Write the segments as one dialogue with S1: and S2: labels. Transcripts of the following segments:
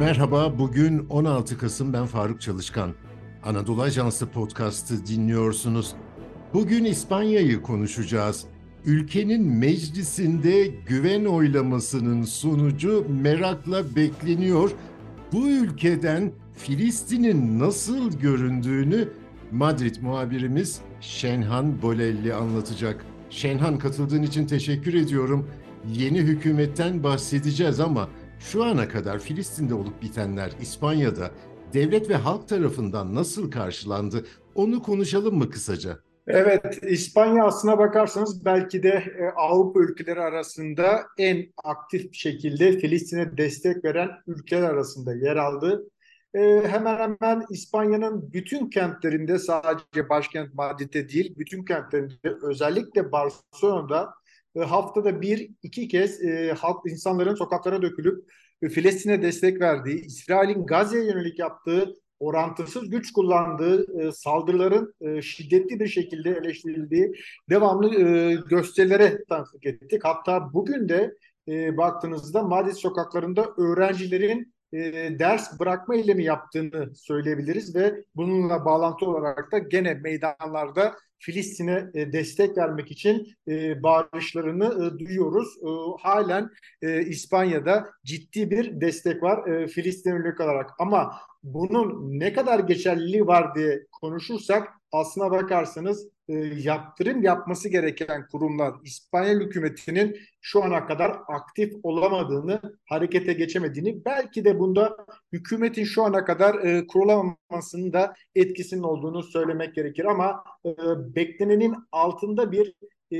S1: Merhaba, bugün 16 Kasım, ben Faruk Çalışkan. Anadolu Ajansı podcast'ı dinliyorsunuz. Bugün İspanya'yı konuşacağız. Ülkenin meclisinde güven oylamasının sonucu merakla bekleniyor. Bu ülkeden Filistin'in nasıl göründüğünü Madrid muhabirimiz Şenhan Bolelli anlatacak. Şenhan, katıldığın için teşekkür ediyorum. Yeni hükümetten bahsedeceğiz ama şu ana kadar Filistin'de olup bitenler İspanya'da devlet ve halk tarafından nasıl karşılandı? Onu konuşalım mı kısaca?
S2: Evet, İspanya aslına bakarsanız belki de Avrupa ülkeleri arasında en aktif bir şekilde Filistin'e destek veren ülkeler arasında yer aldı. Hemen hemen İspanya'nın bütün kentlerinde, sadece başkent Madrid'de değil, bütün kentlerinde, özellikle Barcelona'da haftada bir iki kez halk insanların sokaklara dökülüp Filistin'e destek verdiği, İsrail'in Gazze'ye yönelik yaptığı orantısız güç kullandığı saldırıların şiddetli bir şekilde eleştirildiği devamlı gösterilere tanıklık ettik. Hatta bugün de baktığınızda Madrid sokaklarında öğrencilerin ders bırakma eylemi yaptığını söyleyebiliriz ve bununla bağlantı olarak da gene meydanlarda Filistin'e destek vermek için bağırışlarını duyuyoruz. Halen İspanya'da ciddi bir destek var Filistin'e yönelik olarak, ama bunun ne kadar geçerliliği var diye konuşursak, aslına bakarsanız yaptırım yapması gereken kurumlar İspanyol hükümetinin şu ana kadar aktif olamadığını, harekete geçemediğini, belki de bunda hükümetin şu ana kadar kurulamamasının da etkisinin olduğunu söylemek gerekir. Ama beklenenin altında bir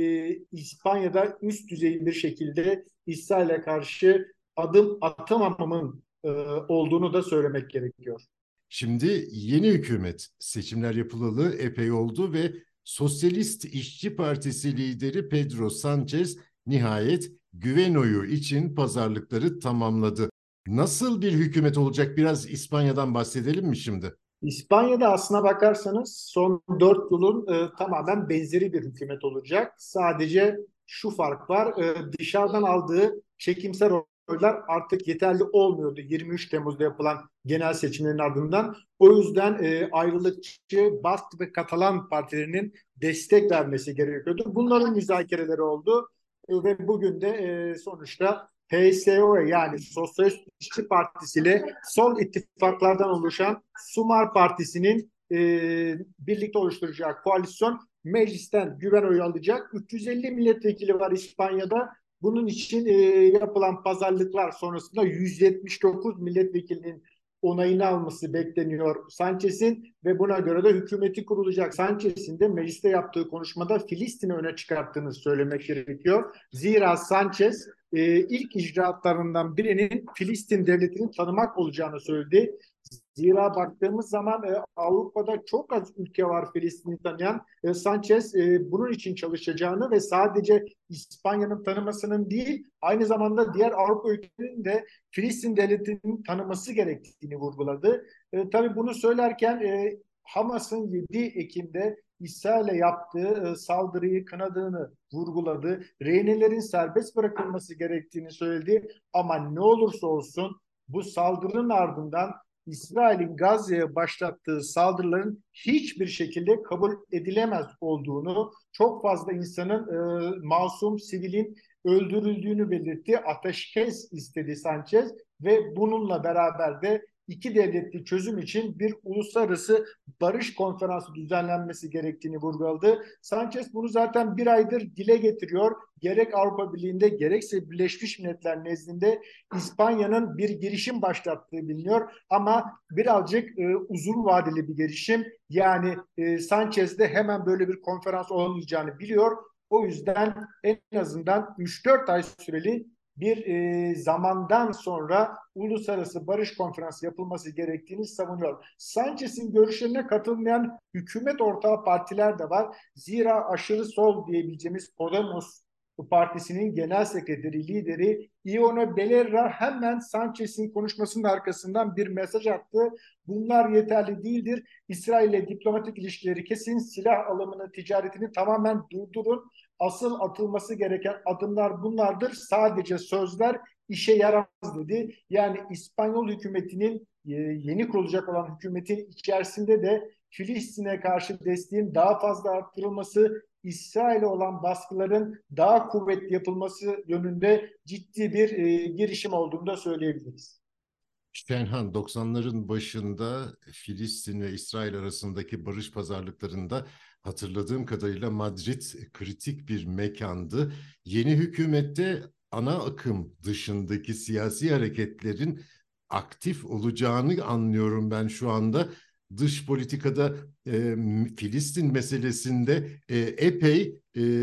S2: İspanya'da üst düzey bir şekilde İsrail'e karşı adım atamamamın olduğunu da söylemek gerekiyor.
S1: Şimdi yeni hükümet, seçimler yapılalı epey oldu ve Sosyalist İşçi Partisi lideri Pedro Sánchez nihayet güven oyu için pazarlıkları tamamladı. Nasıl bir hükümet olacak? Biraz İspanya'dan bahsedelim mi şimdi?
S2: İspanya'da aslına bakarsanız son 4 yılın tamamen benzeri bir hükümet olacak. Sadece şu fark var: dışarıdan aldığı çekimsel oylar artık yeterli olmuyordu 23 Temmuz'da yapılan genel seçimlerin ardından. O yüzden ayrılıkçı Bask ve Katalan partilerinin destek vermesi gerekiyordu. Bunların müzakereleri oldu ve bugün de sonuçta PSOE, yani Sosyalist İşçi Partisi ile sol ittifaklardan oluşan Sumar Partisi'nin birlikte oluşturacağı koalisyon meclisten güven oyu alacak. 350 milletvekili var İspanya'da. Bunun için yapılan pazarlıklar sonrasında 179 milletvekilinin onayını alması bekleniyor Sanchez'in ve buna göre de hükümeti kurulacak. Sanchez'in de mecliste yaptığı konuşmada Filistin'i öne çıkarttığını söylemek gerekiyor. Zira Sanchez ilk icraatlarından birinin Filistin devletini tanımak olacağını söyledi. Zira baktığımız zaman Avrupa'da çok az ülke var Filistin'i tanıyan. Sanchez bunun için çalışacağını ve sadece İspanya'nın tanımasının değil, aynı zamanda diğer Avrupa ülkelerinin de Filistin devletinin tanıması gerektiğini vurguladı. Tabii bunu söylerken Hamas'ın 7 Ekim'de İsrail'e yaptığı saldırıyı kınadığını vurguladı. Rehinelerin serbest bırakılması gerektiğini söyledi. Ama ne olursa olsun bu saldırının ardından İsrail'in Gazze'ye başlattığı saldırıların hiçbir şekilde kabul edilemez olduğunu, çok fazla insanın, masum sivilin öldürüldüğünü belirtti. Ateşkes istedi Sanchez ve bununla beraber de iki devletli çözüm için bir uluslararası barış konferansı düzenlenmesi gerektiğini vurguladı. Sanchez bunu zaten bir aydır dile getiriyor. Gerek Avrupa Birliği'nde gerekse Birleşmiş Milletler nezdinde İspanya'nın bir girişim başlattığı biliniyor, ama birazcık uzun vadeli bir girişim. Yani Sanchez de hemen böyle bir konferans olamayacağını biliyor. O yüzden en azından 3-4 ay süreli bir zamandan sonra uluslararası barış konferansı yapılması gerektiğini savunuyor. Sanchez'in görüşlerine katılmayan hükümet ortağı partiler de var. Zira aşırı sol diyebileceğimiz Podemos Partisi'nin genel sekreteri, lideri Ione Belarra hemen Sanchez'in konuşmasının arkasından bir mesaj attı. Bunlar yeterli değildir. İsrail ile diplomatik ilişkileri kesin, silah alımını, ticaretini tamamen durdurun. Asıl atılması gereken adımlar bunlardır. Sadece sözler işe yaramaz dedi. Yani İspanyol hükümetinin yeni kurulacak olan hükümetin içerisinde de Filistin'e karşı desteğin daha fazla arttırılması, İsrail'e olan baskıların daha kuvvetli yapılması yönünde ciddi bir girişim olduğunu da söyleyebiliriz.
S1: Şenhan 90'ların başında Filistin ve İsrail arasındaki barış pazarlıklarında hatırladığım kadarıyla Madrid kritik bir mekandı. Yeni hükümette ana akım dışındaki siyasi hareketlerin aktif olacağını anlıyorum ben şu anda. Dış politikada Filistin meselesinde epey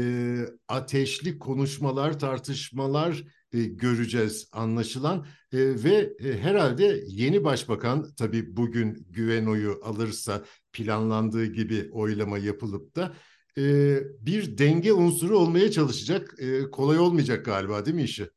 S1: ateşli konuşmalar, tartışmalar göreceğiz anlaşılan. Ve herhalde yeni başbakan tabii bugün güven oyu alırsa planlandığı gibi oylama yapılıp da e, bir denge unsuru olmaya çalışacak. Kolay olmayacak galiba değil mi işi?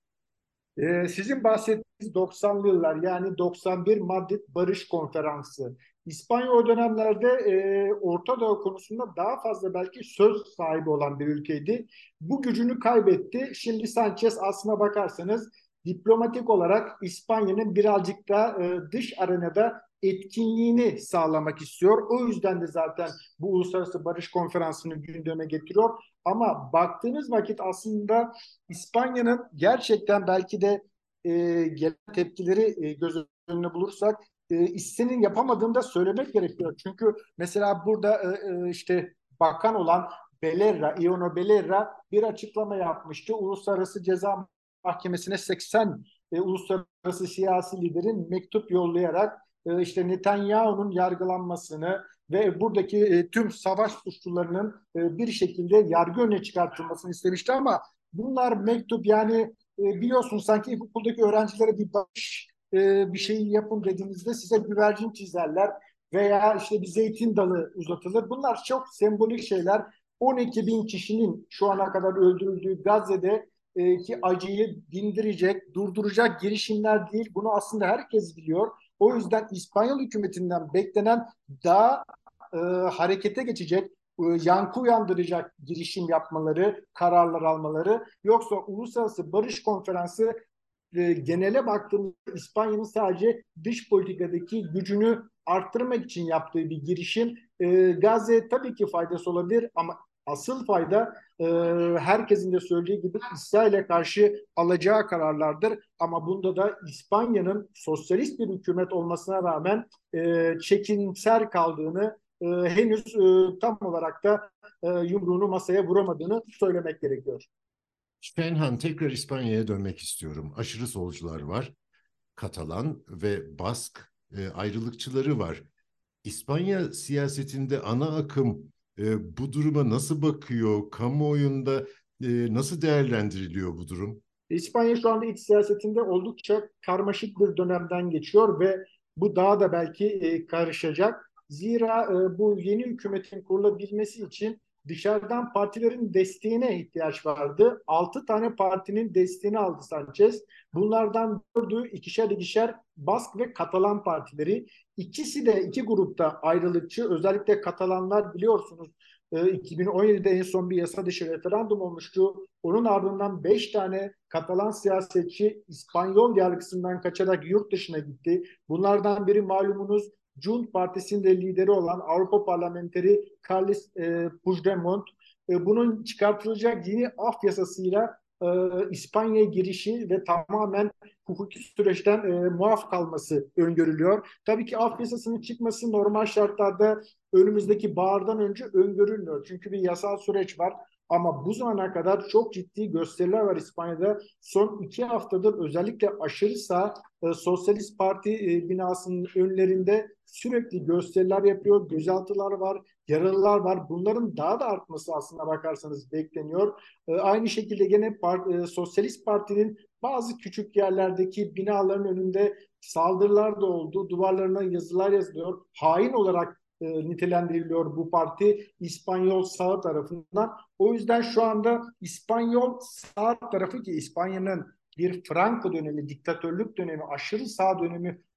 S2: Sizin bahsettiğiniz 90'lı yıllar yani 91 Madrid Barış Konferansı. İspanya o dönemlerde Orta Doğu konusunda daha fazla belki söz sahibi olan bir ülkeydi. Bu gücünü kaybetti. Şimdi Sanchez aslına bakarsanız diplomatik olarak İspanya'nın birazcık da dış arenada etkinliğini sağlamak istiyor. O yüzden de zaten bu Uluslararası Barış Konferansı'nı gündeme getiriyor. Ama baktığınız vakit aslında İspanya'nın gerçekten belki de gelen tepkileri göz önüne bulursak istenin yapamadığını da söylemek gerekiyor. Çünkü mesela burada işte bakan olan Ione Belerra bir açıklama yapmıştı. Uluslararası Ceza Mahkemesi'ne 80 uluslararası siyasi liderin mektup yollayarak işte Netanyahu'nun yargılanmasını ve buradaki tüm savaş suçlularının bir şekilde yargı önüne çıkartılmasını istemişti ama bunlar mektup yani biliyorsun sanki ilkokuldaki öğrencilere bir bakış bir şeyi yapın dediğinizde size güvercin çizerler veya işte bir zeytin dalı uzatılır. Bunlar çok sembolik şeyler. 12 bin kişinin şu ana kadar öldürüldüğü Gazze'de ki acıyı dindirecek, durduracak girişimler değil. Bunu aslında herkes biliyor. O yüzden İspanyol hükümetinden beklenen daha harekete geçecek, yankı uyandıracak girişim yapmaları, kararlar almaları. Yoksa Uluslararası Barış Konferansı genele baktığımızda İspanya'nın sadece dış politikadaki gücünü arttırmak için yaptığı bir girişim. Gazze tabii ki faydası olabilir ama asıl fayda herkesin de söylediği gibi İsrail'e karşı alacağı kararlardır. Ama bunda da İspanya'nın sosyalist bir hükümet olmasına rağmen çekimser kaldığını henüz tam olarak da yumruğunu masaya vuramadığını söylemek gerekiyor.
S1: Şenhan tekrar İspanya'ya dönmek istiyorum. Aşırı solcular var. Katalan ve Bask ayrılıkçıları var. İspanya siyasetinde ana akım bu duruma nasıl bakıyor? Kamuoyunda nasıl değerlendiriliyor bu durum?
S2: İspanya şu anda iç siyasetinde oldukça karmaşık bir dönemden geçiyor ve bu daha da belki karışacak. Zira bu yeni hükümetin kurulabilmesi için dışarıdan partilerin desteğine ihtiyaç vardı. 6 tane partinin desteğini aldı Sanchez. Bunlardan 4'ü ikişer ikişer Bask ve Katalan partileri. İkisi de iki grupta ayrılıkçı. Özellikle Katalanlar biliyorsunuz 2017'de en son bir yasa dışı referandum olmuştu. Onun ardından 5 tane Katalan siyasetçi İspanyol yargısından kaçarak yurt dışına gitti. Bunlardan biri malumunuz Junts Partisi'nin de lideri olan Avrupa Parlamenteri Carles Puigdemont. Bunun çıkartılacak yeni af yasasıyla İspanya'ya girişi ve tamamen hukuki süreçten muaf kalması öngörülüyor. Tabii ki af yasasının çıkması normal şartlarda önümüzdeki bahardan önce öngörülmüyor. Çünkü bir yasal süreç var. Ama bu zamana kadar çok ciddi gösteriler var İspanya'da. Son 2 haftadır özellikle aşırı sağ Sosyalist Parti binasının önlerinde sürekli gösteriler yapıyor. Gözaltılar var, yaralılar var. Bunların daha da artması aslına bakarsanız bekleniyor. Aynı şekilde gene Sosyalist Parti'nin bazı küçük yerlerdeki binaların önünde saldırılar da oldu. Duvarlarına yazılar yazılıyor. Hain olarak nitelendiriliyor bu parti İspanyol sağ tarafından. O yüzden şu anda İspanyol sağ tarafı ki İspanya'nın bir Franco dönemi, diktatörlük dönemi, aşırı sağ dönemi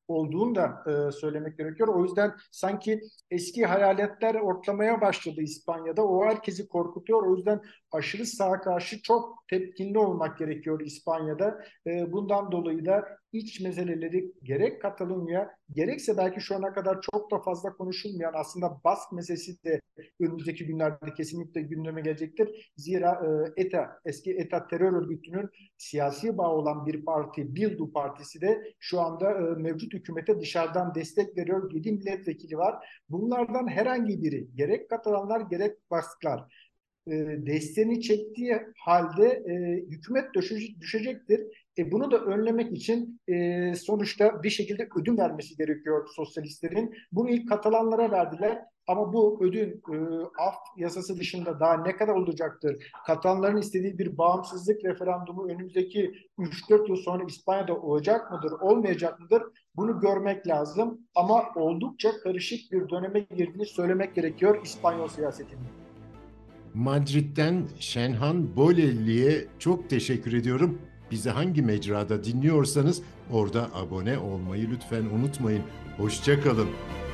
S2: olduğunu da söylemek gerekiyor. O yüzden sanki eski hayaletler ortlamaya başladı İspanya'da. O herkesi korkutuyor. O yüzden aşırı sağa karşı çok tepkili olmak gerekiyor İspanya'da. Bundan dolayı da iç meseleleri gerek Katalunya gerekse belki şu ana kadar çok da fazla konuşulmayan aslında Bask meselesi de önümüzdeki günlerde kesinlikle gündeme gelecektir. Zira ETA, eski ETA terör örgütünün siyasi bağ olan bir parti, Bildu Partisi de şu anda mevcut hükümete dışarıdan destek veriyor. 7 milletvekili var. Bunlardan herhangi biri, gerek Katalanlar gerek Basklar desteğini çektiği halde hükümet düşecektir. Bunu da önlemek için sonuçta bir şekilde ödün vermesi gerekiyor sosyalistlerin. Bunu ilk Katalanlara verdiler. Ama bu ödün af yasası dışında daha ne kadar olacaktır? Katalanların istediği bir bağımsızlık referandumu önümüzdeki 3-4 yıl sonra İspanya'da olacak mıdır, olmayacak mıdır? Bunu görmek lazım. Ama oldukça karışık bir döneme girdiğini söylemek gerekiyor İspanyol siyasetinin.
S1: Madrid'den Şenhan Bolelli'ye çok teşekkür ediyorum. Bizi hangi mecrada dinliyorsanız orada abone olmayı lütfen unutmayın. Hoşça kalın.